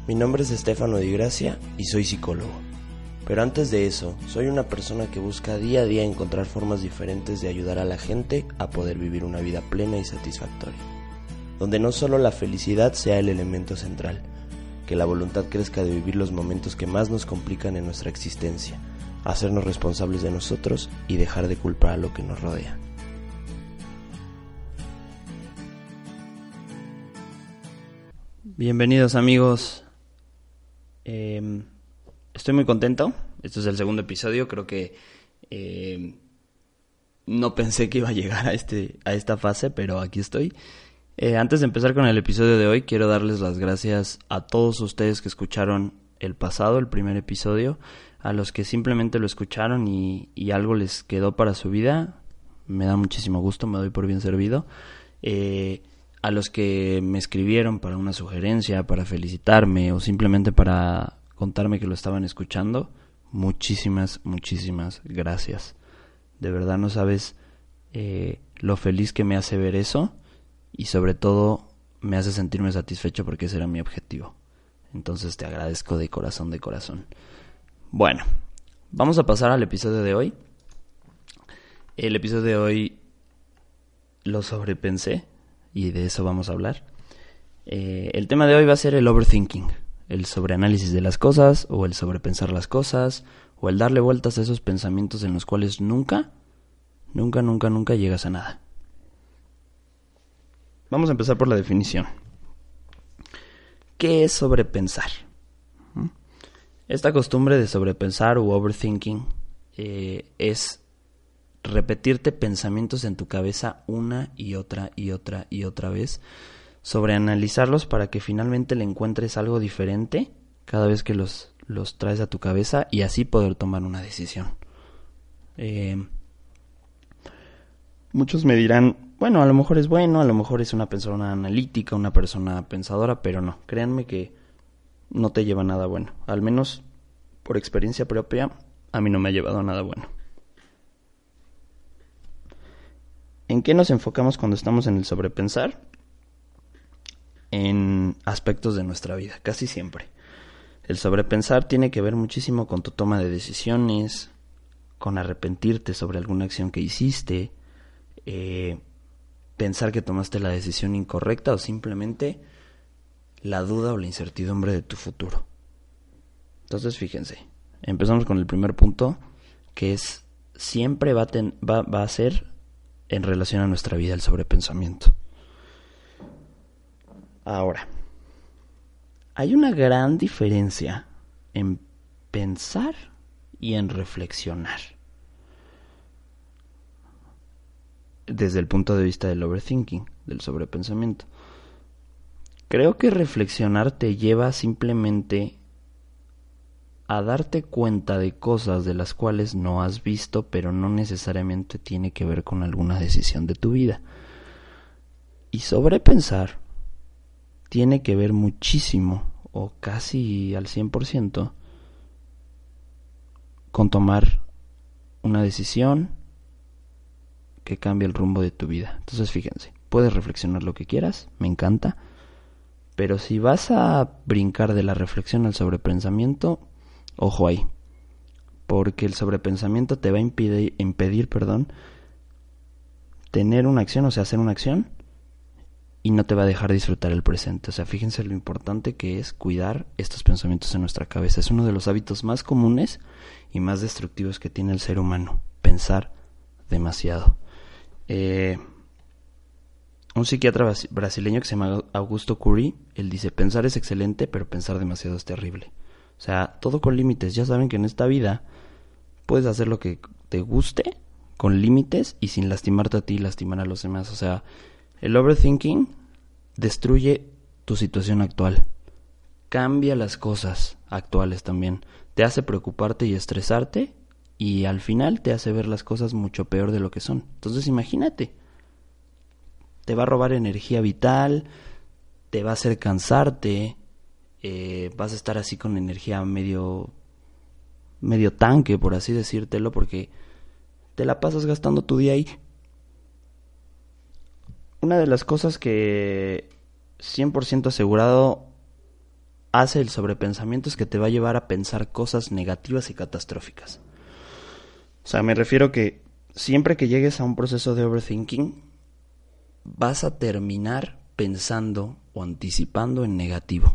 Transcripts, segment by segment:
Mi nombre es Estefano Di Gracia y soy psicólogo. Pero antes de eso, soy una persona que busca día a día encontrar formas diferentes de ayudar a la gente a poder vivir una vida plena y satisfactoria, donde no solo la felicidad sea el elemento central, que la voluntad crezca de vivir los momentos que más nos complican en nuestra existencia, hacernos responsables de nosotros y dejar de culpar a lo que nos rodea. Bienvenidos amigos, estoy muy contento, este es el segundo episodio, creo que no pensé que iba a llegar a esta fase, pero aquí estoy. Antes de empezar con el episodio de hoy, quiero darles las gracias a todos ustedes que escucharon el primer episodio, a los que simplemente lo escucharon y algo les quedó para su vida. Me da muchísimo gusto, me doy por bien servido. A los que me escribieron para una sugerencia, para felicitarme o simplemente para contarme que lo estaban escuchando, muchísimas gracias. De verdad no sabes lo feliz que me hace ver eso y sobre todo me hace sentirme satisfecho porque ese era mi objetivo. Entonces te agradezco de corazón. Bueno, vamos a pasar al episodio de hoy. El episodio de hoy lo sobrepensé y de eso vamos a hablar. El tema de hoy va a ser el overthinking, el sobreanálisis de las cosas o el sobrepensar las cosas o el darle vueltas a esos pensamientos en los cuales nunca llegas a nada. Vamos a empezar por la definición. ¿Qué es sobrepensar? Esta costumbre de sobrepensar o overthinking es repetirte pensamientos en tu cabeza una y otra vez, sobreanalizarlos para que finalmente le encuentres algo diferente cada vez que los traes a tu cabeza y así poder tomar una decisión. Muchos me dirán, bueno, a lo mejor es bueno, a lo mejor es una persona analítica, una persona pensadora, pero no, créanme que no te lleva a nada bueno. Al menos por experiencia propia, a mí no me ha llevado a nada bueno. ¿En qué nos enfocamos cuando estamos en el sobrepensar? En aspectos de nuestra vida, casi siempre. El sobrepensar tiene que ver muchísimo con tu toma de decisiones, con arrepentirte sobre alguna acción que hiciste, pensar que tomaste la decisión incorrecta o simplemente la duda o la incertidumbre de tu futuro. Entonces fíjense, empezamos con el primer punto, que es siempre va a ser en relación a nuestra vida el sobrepensamiento. Ahora, hay una gran diferencia en pensar y en reflexionar. Desde el punto de vista del overthinking, del sobrepensamiento. Creo que reflexionar te lleva simplemente a darte cuenta de cosas de las cuales no has visto, pero no necesariamente tiene que ver con alguna decisión de tu vida. Y sobrepensar tiene que ver muchísimo, o casi al 100%, con tomar una decisión que cambie el rumbo de tu vida. Entonces fíjense, puedes reflexionar lo que quieras, me encanta, pero si vas a brincar de la reflexión al sobrepensamiento, ojo ahí, porque el sobrepensamiento te va a impedir, tener una acción, o sea, hacer una acción, y no te va a dejar disfrutar el presente. O sea, fíjense lo importante que es cuidar estos pensamientos en nuestra cabeza. Es uno de los hábitos más comunes y más destructivos que tiene el ser humano, pensar demasiado. Un psiquiatra brasileño que se llama Augusto Cury, él dice, pensar es excelente, pero pensar demasiado es terrible. O sea, todo con límites. Ya saben que en esta vida puedes hacer lo que te guste con límites y sin lastimarte a ti y lastimar a los demás. O sea, el overthinking destruye tu situación actual. Cambia las cosas actuales también. Te hace preocuparte y estresarte y al final te hace ver las cosas mucho peor de lo que son. Entonces imagínate. Te va a robar energía vital, te va a hacer cansarte, vas a estar así con energía medio tanque, por así decírtelo, porque te la pasas gastando tu día ahí. Una de las cosas que 100% asegurado hace el sobrepensamiento es que te va a llevar a pensar cosas negativas y catastróficas. O sea, me refiero que siempre que llegues a un proceso de overthinking, vas a terminar pensando o anticipando en negativo.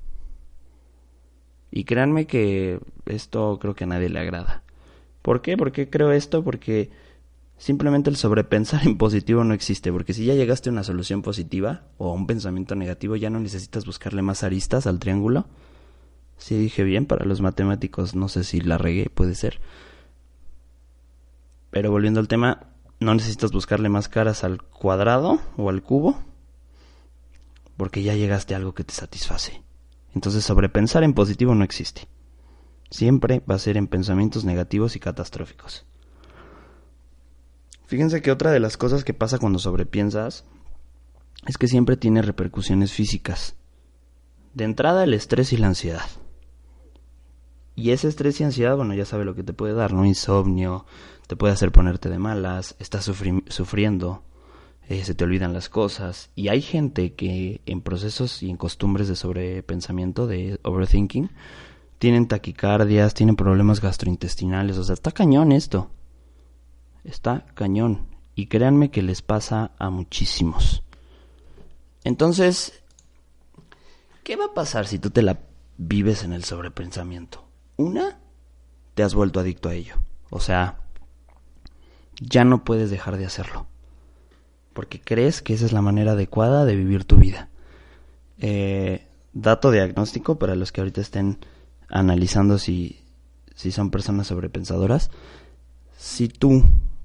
Y créanme que esto creo que a nadie le agrada. ¿Por qué? ¿Por qué creo esto? Porque simplemente el sobrepensar en positivo no existe. Porque si ya llegaste a una solución positiva o a un pensamiento negativo, ya no necesitas buscarle más aristas al triángulo. Si dije bien, para los matemáticos no sé si la regué, puede ser. Pero volviendo al tema, no necesitas buscarle más caras al cuadrado o al cubo, porque ya llegaste a algo que te satisface. Entonces sobrepensar en positivo no existe. Siempre va a ser en pensamientos negativos y catastróficos. Fíjense que otra de las cosas que pasa cuando sobrepiensas es que siempre tiene repercusiones físicas. De entrada, el estrés y la ansiedad. Y ese estrés y ansiedad, bueno, ya sabe lo que te puede dar, ¿no? Insomnio, te puede hacer ponerte de malas, estás sufriendo, se te olvidan las cosas. Y hay gente que en procesos y en costumbres de sobrepensamiento, de overthinking, tienen taquicardias, tienen problemas gastrointestinales. O sea, está cañón esto. Está cañón. Y créanme que les pasa a muchísimos. Entonces, ¿qué va a pasar si tú te la vives en el sobrepensamiento? Una, te has vuelto adicto a ello. O sea, ya no puedes dejar de hacerlo. Porque crees que esa es la manera adecuada de vivir tu vida. Dato diagnóstico para los que ahorita estén analizando si son personas sobrepensadoras. Si tú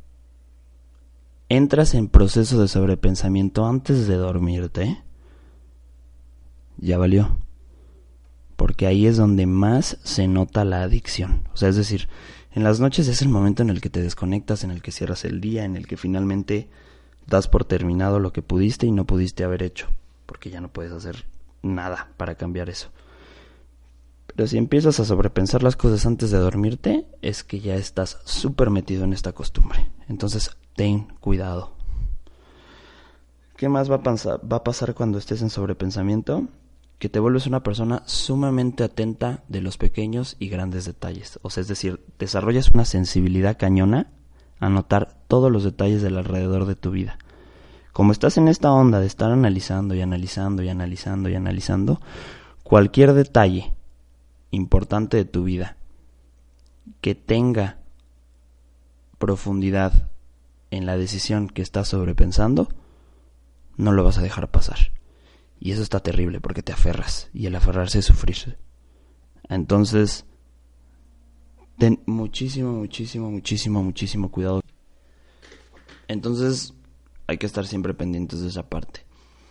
entras en proceso de sobrepensamiento antes de dormirte, ya valió. Porque ahí es donde más se nota la adicción. O sea, es decir, en las noches es el momento en el que te desconectas, en el que cierras el día, en el que finalmente das por terminado lo que pudiste y no pudiste haber hecho, porque ya no puedes hacer nada para cambiar eso. Pero si empiezas a sobrepensar las cosas antes de dormirte, es que ya estás súper metido en esta costumbre. Entonces, ten cuidado. ¿Qué más va a pasar cuando estés en sobrepensamiento? Que te vuelves una persona sumamente atenta de los pequeños y grandes detalles. O sea, es decir, desarrollas una sensibilidad cañona a notar todos los detalles del alrededor de tu vida. Como estás en esta onda de estar analizando y analizando y analizando y analizando, cualquier detalle importante de tu vida que tenga profundidad en la decisión que estás sobrepensando, no lo vas a dejar pasar. Y eso está terrible porque te aferras, y el aferrarse es sufrir. Entonces, ten muchísimo cuidado. Entonces, hay que estar siempre pendientes de esa parte.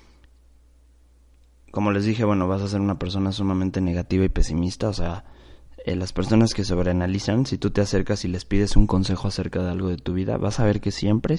Como les dije, bueno, vas a ser una persona sumamente negativa y pesimista. O sea, las personas que sobreanalizan, si tú te acercas y les pides un consejo acerca de algo de tu vida, vas a ver que siempre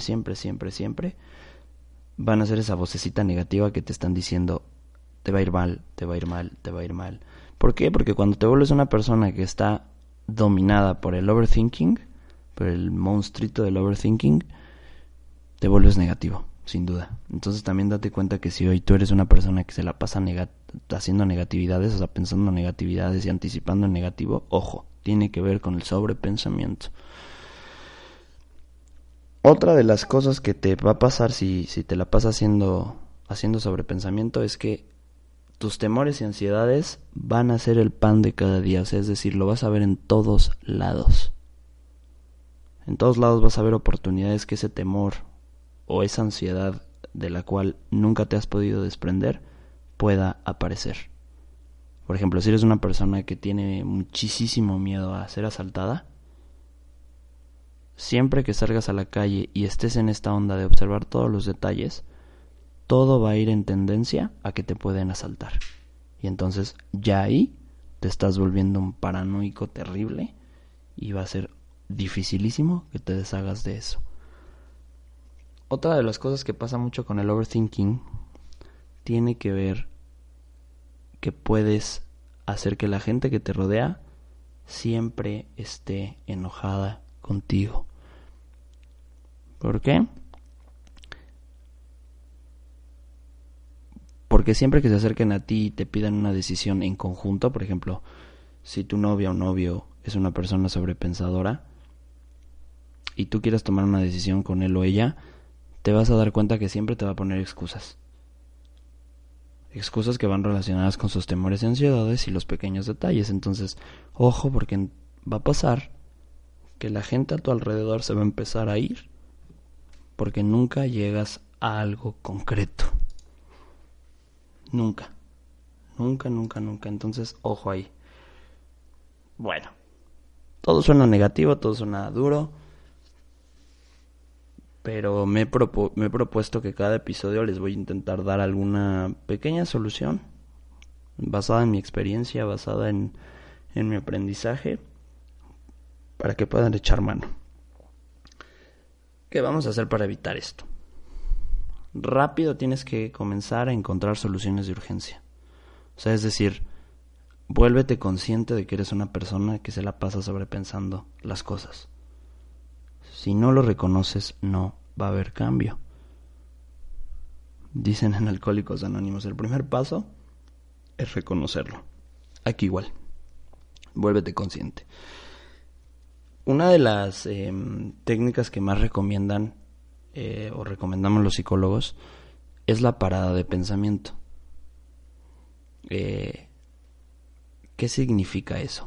van a ser esa vocecita negativa que te están diciendo: te va a ir mal, te va a ir mal, te va a ir mal. ¿Por qué? Porque cuando te vuelves una persona que está dominada por el overthinking, por el monstruito del overthinking, te vuelves negativo, sin duda. Entonces también date cuenta que si hoy tú eres una persona que se la pasa haciendo negatividades, o sea, pensando negatividades y anticipando en negativo, ojo, tiene que ver con el sobrepensamiento. Otra de las cosas que te va a pasar si te la pasas haciendo sobrepensamiento es que tus temores y ansiedades van a ser el pan de cada día. O sea, es decir, lo vas a ver en todos lados. En todos lados vas a ver oportunidades que ese temor o esa ansiedad de la cual nunca te has podido desprender pueda aparecer. Por ejemplo, si eres una persona que tiene muchísimo miedo a ser asaltada, siempre que salgas a la calle y estés en esta onda de observar todos los detalles, todo va a ir en tendencia a que te pueden asaltar. Y entonces ya ahí te estás volviendo un paranoico terrible y va a ser dificilísimo que te deshagas de eso. Otra de las cosas que pasa mucho con el overthinking tiene que ver que puedes hacer que la gente que te rodea siempre esté enojada contigo. ¿Por qué? Porque siempre que se acerquen a ti y te pidan una decisión en conjunto, por ejemplo, si tu novia o novio es una persona sobrepensadora y tú quieres tomar una decisión con él o ella, te vas a dar cuenta que siempre te va a poner excusas. Excusas que van relacionadas con sus temores y ansiedades y los pequeños detalles. Entonces, ojo, porque va a pasar que la gente a tu alrededor se va a empezar a ir porque nunca llegas a algo concreto. Nunca. Entonces, ojo ahí. Bueno, todo suena negativo, todo suena duro, pero me he propuesto que cada episodio les voy a intentar dar alguna pequeña solución basada en mi experiencia, basada en mi aprendizaje, para que puedan echar mano. ¿Qué vamos a hacer para evitar esto? Rápido tienes que comenzar a encontrar soluciones de urgencia. O sea, es decir, vuélvete consciente de que eres una persona que se la pasa sobrepensando las cosas. Si no lo reconoces, no va a haber cambio. Dicen en Alcohólicos Anónimos, el primer paso es reconocerlo. Aquí igual, vuélvete consciente. Una de las técnicas que más recomiendan o recomendamos los psicólogos es la parada de pensamiento. ¿Qué significa eso?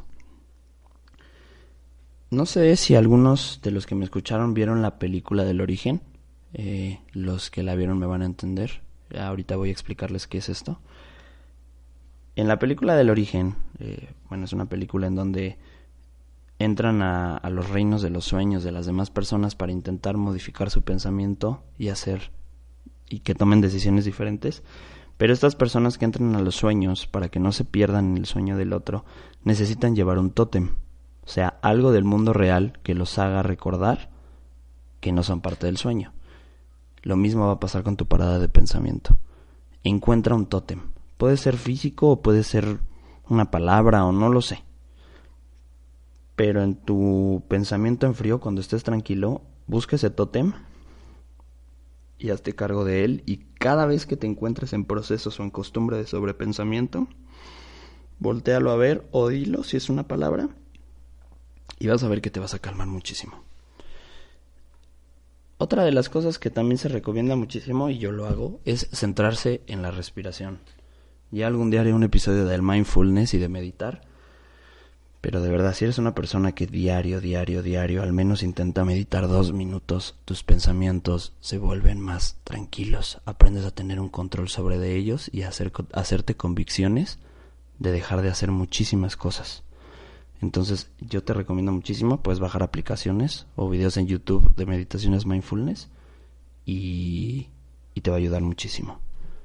No sé si algunos de los que me escucharon vieron la película del Origen. Los que la vieron me van a entender. Ahorita voy a explicarles qué es esto. En la película del Origen, es una película en donde entran a los reinos de los sueños de las demás personas para intentar modificar su pensamiento y que tomen decisiones diferentes. Pero estas personas que entran a los sueños, para que no se pierdan en el sueño del otro, necesitan llevar un tótem. O sea, algo del mundo real que los haga recordar que no son parte del sueño. Lo mismo va a pasar con tu parada de pensamiento. Encuentra un tótem. Puede ser físico o puede ser una palabra o no lo sé. Pero en tu pensamiento en frío, cuando estés tranquilo, busca ese tótem y hazte cargo de él. Y cada vez que te encuentres en procesos o en costumbre de sobrepensamiento, voltéalo a ver o dilo si es una palabra y vas a ver que te vas a calmar muchísimo. Otra de las cosas que también se recomienda muchísimo, y yo lo hago, es centrarse en la respiración. Ya algún día haré un episodio del mindfulness y de meditar. Pero de verdad, si eres una persona que diario, al menos intenta meditar 2 minutos, tus pensamientos se vuelven más tranquilos. Aprendes a tener un control sobre de ellos y a hacerte convicciones de dejar de hacer muchísimas cosas. Entonces, yo te recomiendo muchísimo, puedes bajar aplicaciones o videos en YouTube de meditaciones mindfulness y te va a ayudar muchísimo.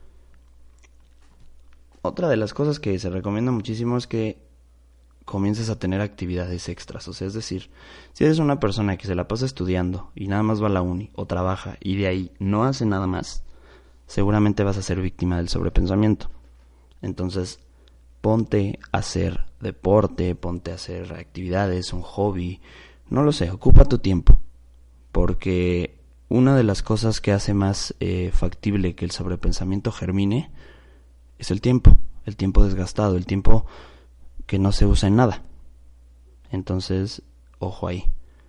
Otra de las cosas que se recomienda muchísimo es que comiences a tener actividades extras. O sea, es decir, si eres una persona que se la pasa estudiando y nada más va a la uni o trabaja y de ahí no hace nada más, seguramente vas a ser víctima del sobrepensamiento. Entonces, ponte a hacer deporte, ponte a hacer actividades, un hobby, no lo sé, ocupa tu tiempo. Porque una de las cosas que hace más factible que el sobrepensamiento germine es el tiempo desgastado, el tiempo que no se usa en nada. Entonces, ojo ahí.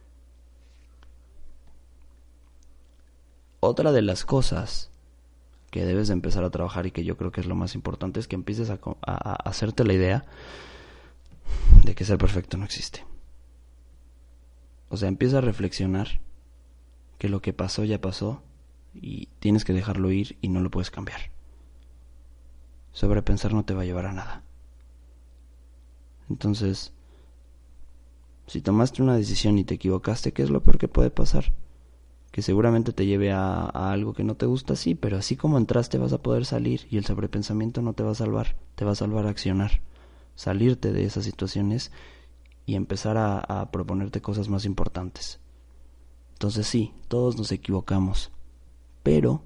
Otra de las cosas que debes de empezar a trabajar y que yo creo que es lo más importante es que empieces a hacerte la idea de que ser perfecto no existe. O sea, empieza a reflexionar que lo que pasó ya pasó y tienes que dejarlo ir y no lo puedes cambiar. Sobrepensar no te va a llevar a nada. Entonces, si tomaste una decisión y te equivocaste, ¿qué es lo peor que puede pasar? Que seguramente te lleve a algo que no te gusta, sí, pero así como entraste vas a poder salir y el sobrepensamiento no te va a salvar, te va a salvar a accionar, salirte de esas situaciones y empezar a proponerte cosas más importantes. Entonces sí, todos nos equivocamos, pero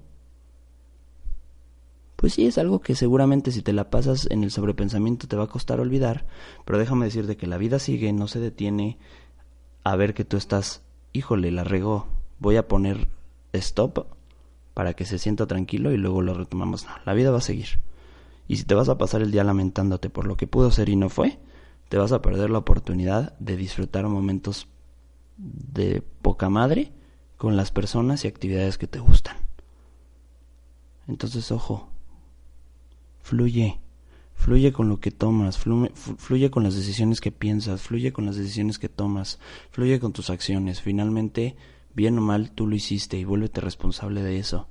pues sí, es algo que seguramente si te la pasas en el sobrepensamiento te va a costar olvidar, pero déjame decirte que la vida sigue, no se detiene a ver que tú estás, híjole, la regó, voy a poner stop para que se sienta tranquilo y luego lo retomamos. No, la vida va a seguir. Y si te vas a pasar el día lamentándote por lo que pudo ser y no fue, te vas a perder la oportunidad de disfrutar momentos de poca madre con las personas y actividades que te gustan. Entonces, ojo, fluye con lo que tomas, fluye con las decisiones que piensas, fluye con las decisiones que tomas, fluye con tus acciones. Finalmente, bien o mal, tú lo hiciste y vuélvete responsable de eso.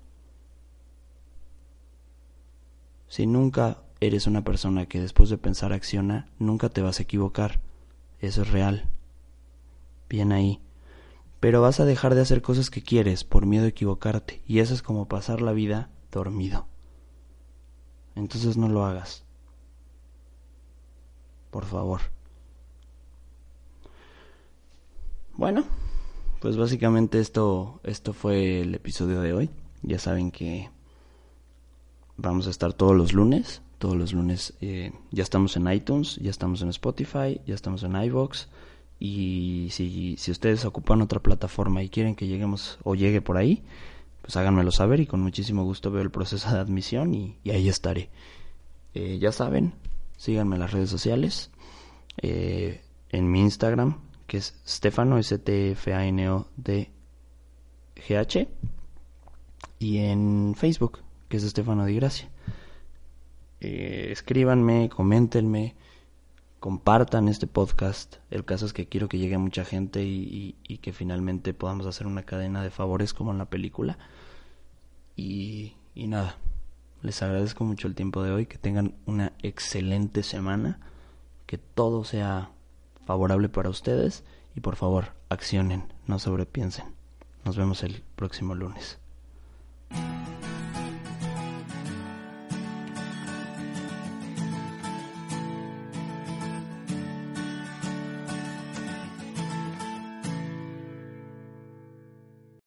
Si nunca eres una persona que después de pensar acciona, nunca te vas a equivocar. Eso es real. Bien ahí. Pero vas a dejar de hacer cosas que quieres por miedo a equivocarte. Y eso es como pasar la vida dormido. Entonces no lo hagas. Por favor. Bueno, pues básicamente esto fue el episodio de hoy. Ya saben que vamos a estar todos los lunes. Ya estamos en iTunes, ya estamos en Spotify, ya estamos en iVoox. Y si ustedes ocupan otra plataforma y quieren que lleguemos o llegue por ahí, pues háganmelo saber y con muchísimo gusto veo el proceso de admisión y ahí estaré. Ya saben, síganme en las redes sociales, en mi Instagram, que es Stefano, STFANODGH, y en Facebook, que es Stefano Di Gracia. Escríbanme, coméntenme, compartan este podcast. El caso es que quiero que llegue mucha gente y que finalmente podamos hacer una cadena de favores como en la película. Y nada, les agradezco mucho el tiempo de hoy, que tengan una excelente semana, que todo sea favorable para ustedes y por favor, accionen, no sobrepiensen. Nos vemos el próximo lunes.